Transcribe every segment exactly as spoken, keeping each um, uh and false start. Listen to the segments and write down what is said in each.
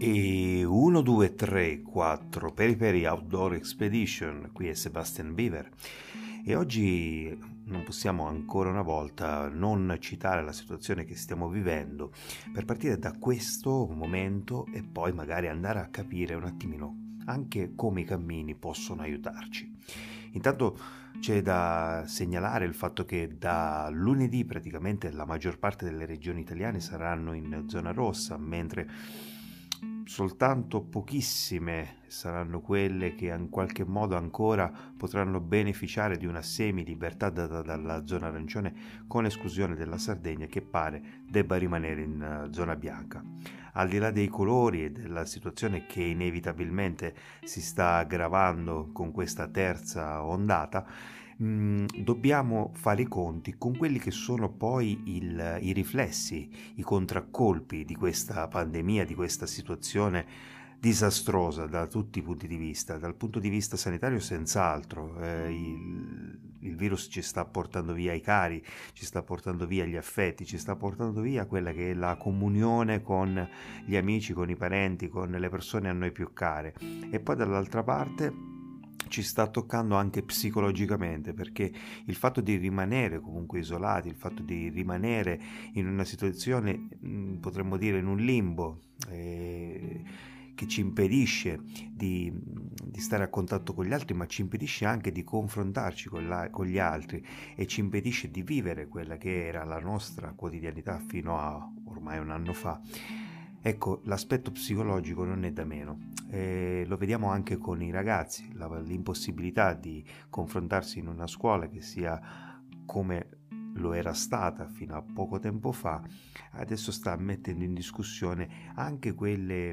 E uno, due, tre, quattro Periperi Outdoor Expedition, qui è Sebastian Beaver e oggi non possiamo ancora una volta non citare la situazione che stiamo vivendo per partire da questo momento e poi magari andare a capire un attimino anche come i cammini possono aiutarci. Intanto c'è da segnalare il fatto che da lunedì praticamente la maggior parte delle regioni italiane saranno in zona rossa, mentre soltanto pochissime saranno quelle che in qualche modo ancora potranno beneficiare di una semi-libertà data dalla zona arancione, con esclusione della Sardegna, che pare debba rimanere in zona bianca. Al di là dei colori e della situazione che inevitabilmente si sta aggravando con questa terza ondata, mh, dobbiamo fare i conti con quelli che sono poi il, i riflessi, i contraccolpi di questa pandemia, di questa situazione disastrosa da tutti i punti di vista. Dal punto di vista sanitario senz'altro, eh, il, il virus ci sta portando via i cari, ci sta portando via gli affetti, ci sta portando via quella che è la comunione con gli amici, con i parenti, con le persone a noi più care. E poi dall'altra parte ci sta toccando anche psicologicamente, perché il fatto di rimanere comunque isolati, il fatto di rimanere in una situazione, potremmo dire in un limbo, eh, che ci impedisce di, di stare a contatto con gli altri, ma ci impedisce anche di confrontarci con, la, con gli altri e ci impedisce di vivere quella che era la nostra quotidianità fino a ormai un anno fa. Ecco, l'aspetto psicologico non è da meno. Eh, lo vediamo anche con i ragazzi, la, l'impossibilità di confrontarsi in una scuola che sia come lo era stata fino a poco tempo fa, adesso sta mettendo in discussione anche quelle,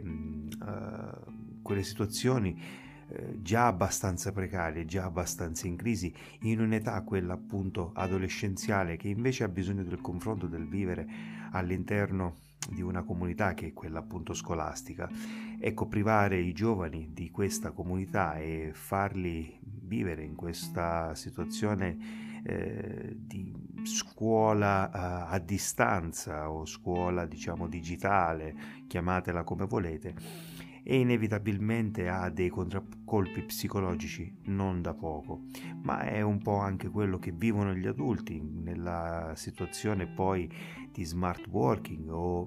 uh, quelle situazioni uh, già abbastanza precarie, già abbastanza in crisi, in un'età quella appunto adolescenziale, che invece ha bisogno del confronto, del vivere all'interno di una comunità che è quella appunto scolastica. Ecco, privare i giovani di questa comunità e farli vivere in questa situazione eh, di scuola a, a distanza o scuola diciamo digitale, chiamatela come volete, e inevitabilmente ha dei contraccolpi psicologici non da poco, ma è un po' anche quello che vivono gli adulti nella situazione poi di smart working o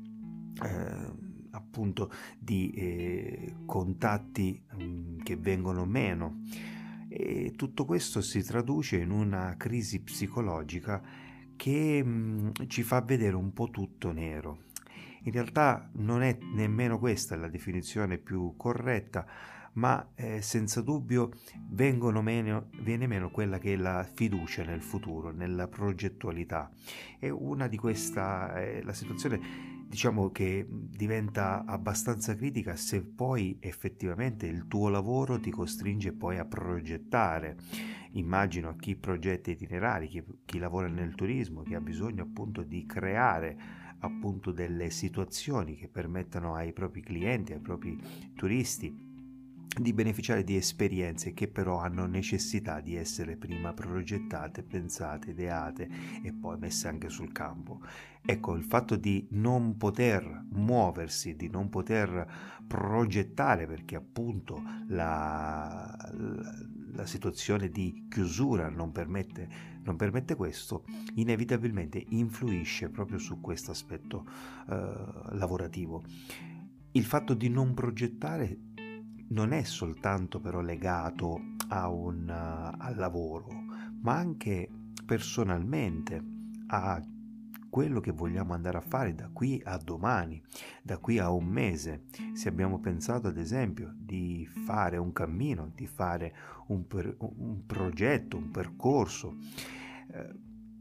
eh, appunto di eh, contatti mh, che vengono meno, e tutto questo si traduce in una crisi psicologica che mh, ci fa vedere un po' tutto nero. In realtà non è nemmeno questa la definizione più corretta, ma eh, senza dubbio vengono meno, viene meno quella che è la fiducia nel futuro, nella progettualità. E una di questa è la situazione, diciamo, che diventa abbastanza critica se poi effettivamente il tuo lavoro ti costringe poi a progettare. Immagino a chi progetta itinerari, chi, chi lavora nel turismo, che ha bisogno appunto di creare appunto delle situazioni che permettano ai propri clienti, ai propri turisti di beneficiare di esperienze che però hanno necessità di essere prima progettate, pensate, ideate e poi messe anche sul campo. Ecco, il fatto di non poter muoversi, di non poter progettare, perché appunto la, la, la situazione di chiusura non permette, non permette questo, inevitabilmente influisce proprio su questo aspetto eh, lavorativo. Il fatto di non progettare non è soltanto però legato a un, uh, al lavoro, ma anche personalmente a quello che vogliamo andare a fare da qui a domani, da qui a un mese. Se abbiamo pensato ad esempio di fare un cammino, di fare un, per, un progetto, un percorso, eh,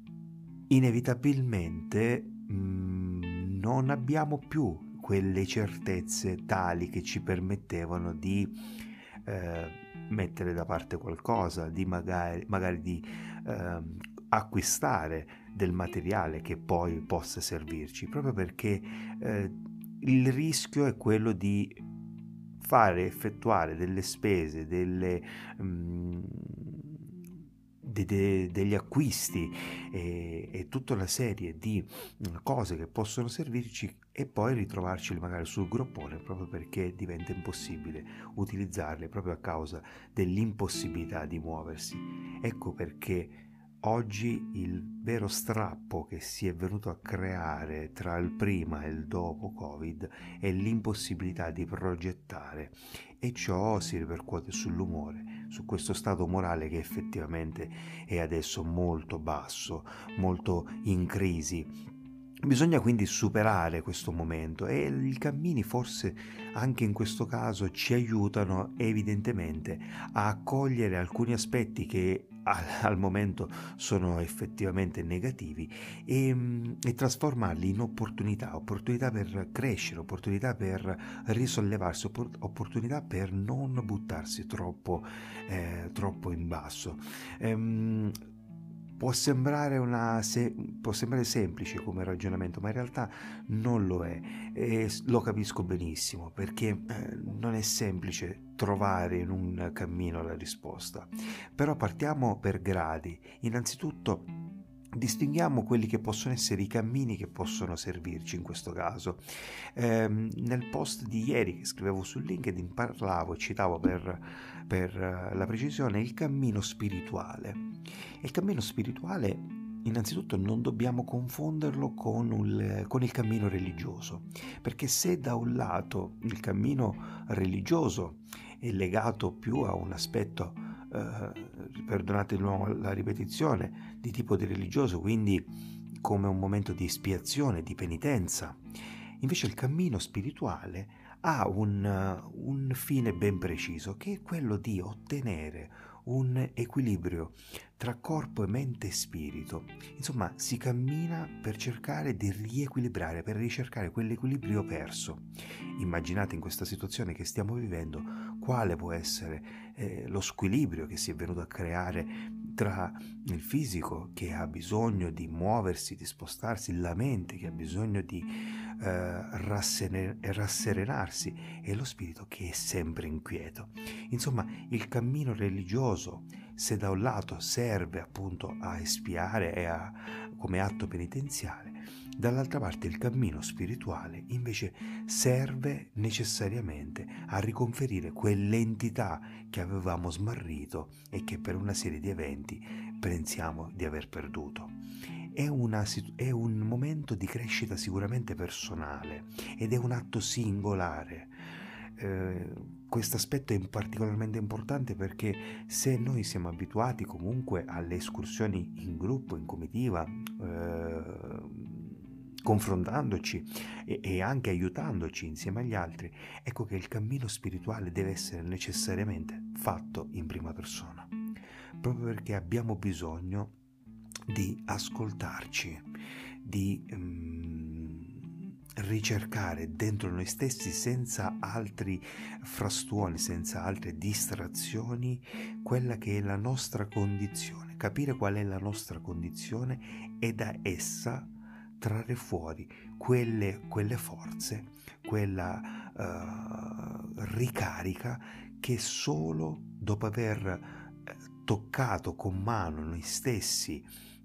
inevitabilmente mh, non abbiamo più quelle certezze tali che ci permettevano di eh, mettere da parte qualcosa, di magari, magari di eh, acquistare del materiale che poi possa servirci, proprio perché eh, il rischio è quello di fare effettuare delle spese, delle, mh, de- de- degli acquisti e, e tutta una serie di cose che possono servirci e poi ritrovarceli magari sul groppone proprio perché diventa impossibile utilizzarle proprio a causa dell'impossibilità di muoversi. Ecco perché oggi il vero strappo che si è venuto a creare tra il prima e il dopo Covid è l'impossibilità di progettare, e ciò si ripercuote sull'umore, su questo stato morale che effettivamente è adesso molto basso, molto in crisi. Bisogna quindi superare questo momento e i cammini forse anche in questo caso ci aiutano evidentemente a accogliere alcuni aspetti che al, al momento sono effettivamente negativi e, e trasformarli in opportunità, opportunità per crescere, opportunità per risollevarsi, oppor- opportunità per non buttarsi troppo, eh, troppo in basso. Ehm, Può sembrare, una se- può sembrare semplice come ragionamento, ma in realtà non lo è, e lo capisco benissimo perché eh, non è semplice trovare in un cammino la risposta. Però partiamo per gradi. Innanzitutto distinguiamo quelli che possono essere i cammini che possono servirci in questo caso. Ehm, nel post di ieri che scrivevo su LinkedIn parlavo, citavo per, per eh, la precisione, il cammino spirituale. E il cammino spirituale, innanzitutto, non dobbiamo confonderlo con, un, con il cammino religioso, perché se da un lato il cammino religioso è legato più a un aspetto, eh, perdonate di nuovo la ripetizione, di tipo di religioso, quindi come un momento di espiazione, di penitenza, invece il cammino spirituale ha un, un fine ben preciso, che è quello di ottenere un equilibrio tra corpo e mente e spirito. Insomma, si cammina per cercare di riequilibrare, per ricercare quell'equilibrio perso. Immaginate in questa situazione che stiamo vivendo quale può essere eh, lo squilibrio che si è venuto a creare tra il fisico che ha bisogno di muoversi, di spostarsi, la mente che ha bisogno di eh, rassene- rasserenarsi e lo spirito che è sempre inquieto. Insomma, il cammino religioso, se da un lato serve appunto a espiare e a, come atto penitenziale, dall'altra parte il cammino spirituale invece serve necessariamente a riconferire quell'entità che avevamo smarrito e che per una serie di eventi pensiamo di aver perduto. È, una, è un momento di crescita sicuramente personale ed è un atto singolare. Eh, questo aspetto è particolarmente importante perché se noi siamo abituati comunque alle escursioni in gruppo, in comitiva, eh, confrontandoci e, e anche aiutandoci insieme agli altri, ecco che il cammino spirituale deve essere necessariamente fatto in prima persona, proprio perché abbiamo bisogno di ascoltarci, di um, ricercare dentro noi stessi senza altri frastuoni, senza altre distrazioni, quella che è la nostra condizione, capire qual è la nostra condizione e da essa trarre fuori quelle, quelle forze, quella uh, ricarica che solo dopo aver eh, toccato con mano noi stessi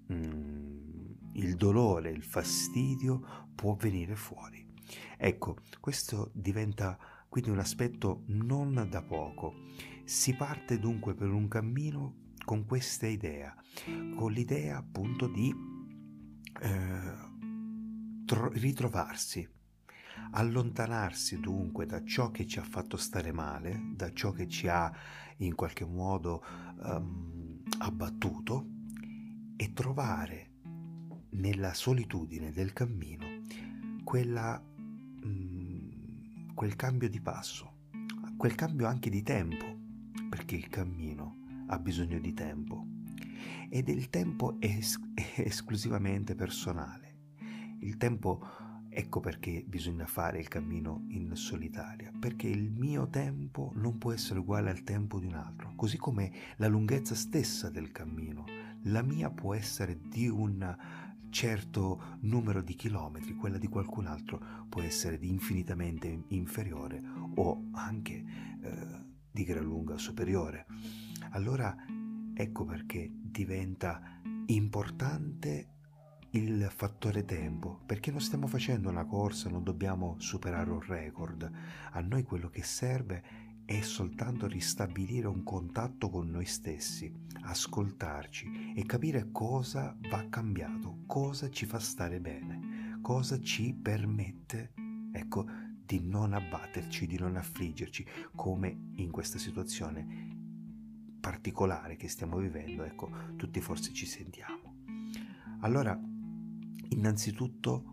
il dolore, il fastidio può venire fuori. Ecco, questo diventa quindi un aspetto non da poco. Si parte dunque per un cammino con questa idea, con l'idea appunto di eh, tro- ritrovarsi, allontanarsi dunque da ciò che ci ha fatto stare male, da ciò che ci ha in qualche modo um, abbattuto, e trovare nella solitudine del cammino quella, mh, quel cambio di passo, quel cambio anche di tempo, perché il cammino ha bisogno di tempo ed il tempo è, es- è esclusivamente personale. Il tempo, ecco perché bisogna fare il cammino in solitaria, perché il mio tempo non può essere uguale al tempo di un altro, così come la lunghezza stessa del cammino. La mia può essere di un certo numero di chilometri, quella di qualcun altro può essere di infinitamente inferiore o anche eh, di gran lunga superiore. Allora Ecco perché diventa importante il fattore tempo, perché non stiamo facendo una corsa, non dobbiamo superare un record. A noi quello che serve è soltanto ristabilire un contatto con noi stessi, ascoltarci e capire cosa va cambiato, cosa ci fa stare bene, cosa ci permette, ecco, di non abbatterci, di non affliggerci, come in questa situazione particolare che stiamo vivendo, ecco, tutti forse ci sentiamo. Allora, innanzitutto,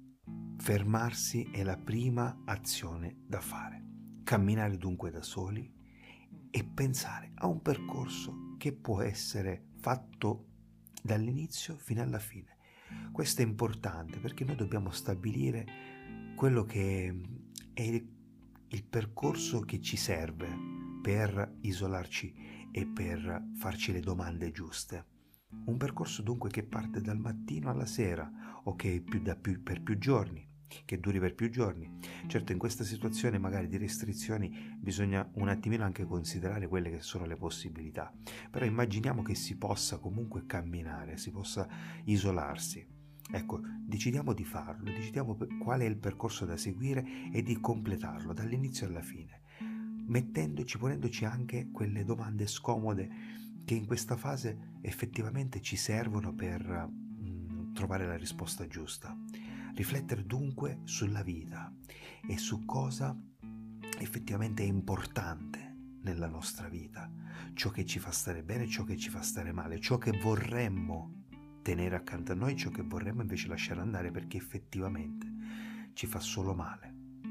fermarsi è la prima azione da fare. Camminare dunque da soli e pensare a un percorso che può essere fatto dall'inizio fino alla fine. Questo è importante perché noi dobbiamo stabilire quello che è il, il percorso che ci serve per isolarci e per farci le domande giuste. Un percorso dunque che parte dal mattino alla sera o che è più da più, per più giorni, che duri per più giorni. Certo, in questa situazione magari di restrizioni bisogna un attimino anche considerare quelle che sono le possibilità, però immaginiamo che si possa comunque camminare, si possa isolarsi. Ecco, decidiamo di farlo, decidiamo qual è il percorso da seguire e di completarlo dall'inizio alla fine, mettendoci, ponendoci anche quelle domande scomode che in questa fase effettivamente ci servono per mh, trovare la risposta giusta. Riflettere dunque sulla vita e su cosa effettivamente è importante nella nostra vita, ciò che ci fa stare bene, ciò che ci fa stare male, ciò che vorremmo tenere accanto a noi, ciò che vorremmo invece lasciare andare perché effettivamente ci fa solo male.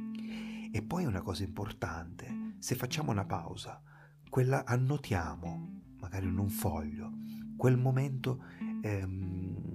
E poi una cosa importante, se facciamo una pausa, quella annotiamo magari in un foglio, quel momento, ehm,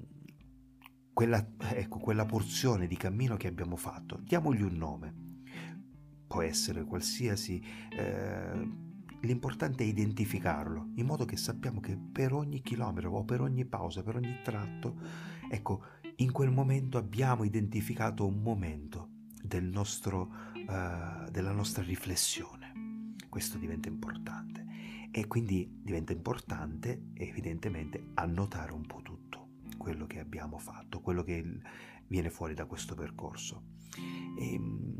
quella, ecco, quella porzione di cammino che abbiamo fatto, diamogli un nome, può essere qualsiasi, eh, l'importante è identificarlo, in modo che sappiamo che per ogni chilometro o per ogni pausa, per ogni tratto, ecco, in quel momento abbiamo identificato un momento del nostro, eh, della nostra riflessione. Questo diventa importante. E quindi diventa importante evidentemente annotare un po' tutto quello che abbiamo fatto, quello che viene fuori da questo percorso. E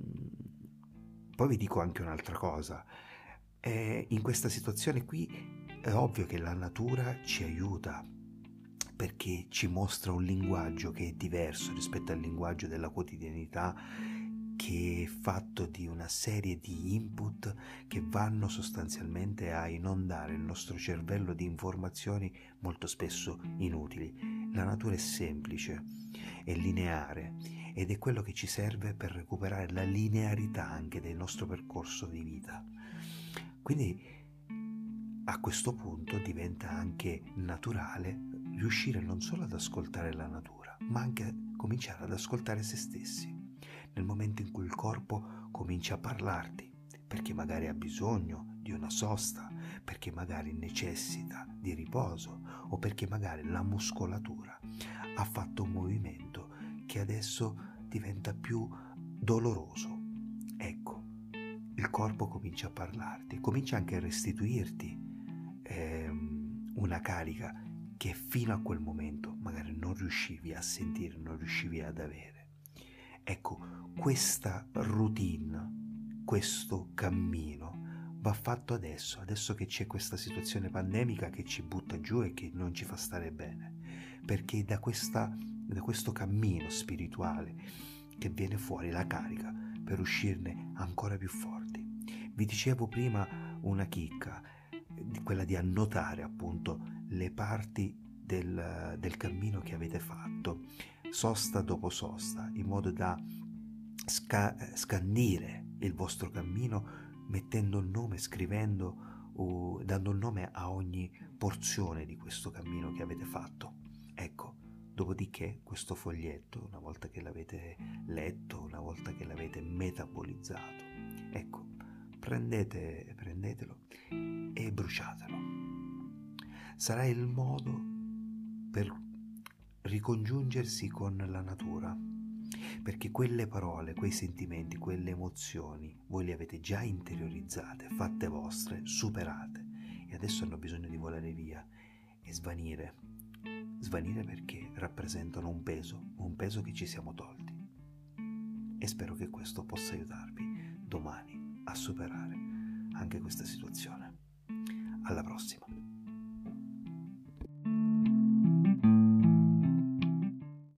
poi vi dico anche un'altra cosa, eh, in questa situazione qui è ovvio che la natura ci aiuta perché ci mostra un linguaggio che è diverso rispetto al linguaggio della quotidianità, che è fatto di una serie di input che vanno sostanzialmente a inondare il nostro cervello di informazioni molto spesso inutili. La natura è semplice, è lineare ed è quello che ci serve per recuperare la linearità anche del nostro percorso di vita. Quindi a questo punto diventa anche naturale riuscire non solo ad ascoltare la natura, ma anche a cominciare ad ascoltare se stessi. Nel momento in cui il corpo comincia a parlarti, perché magari ha bisogno di una sosta, perché magari necessita di riposo o perché magari la muscolatura ha fatto un movimento che adesso diventa più doloroso. Ecco, il corpo comincia a parlarti, comincia anche a restituirti ehm, una carica che fino a quel momento magari non riuscivi a sentire, non riuscivi ad avere. Ecco, questa routine, questo cammino va fatto adesso, adesso che c'è questa situazione pandemica che ci butta giù e che non ci fa stare bene, perché da, questa, da questo cammino spirituale che viene fuori la carica per uscirne ancora più forti. Vi dicevo prima una chicca, quella di annotare appunto le parti del, del cammino che avete fatto, sosta dopo sosta, in modo da sca- scandire il vostro cammino mettendo un nome, scrivendo o dando un nome a ogni porzione di questo cammino che avete fatto. Ecco, dopodiché questo foglietto, una volta che l'avete letto, una volta che l'avete metabolizzato, ecco, prendete, prendetelo e bruciatelo. Sarà il modo per ricongiungersi con la natura, perché quelle parole, quei sentimenti, quelle emozioni voi le avete già interiorizzate, fatte vostre, superate, e e adesso hanno bisogno di volare via e svanire. Svanire perché rappresentano un peso, un peso che ci siamo tolti. E spero che questo possa aiutarvi domani a superare anche questa situazione. Alla prossima!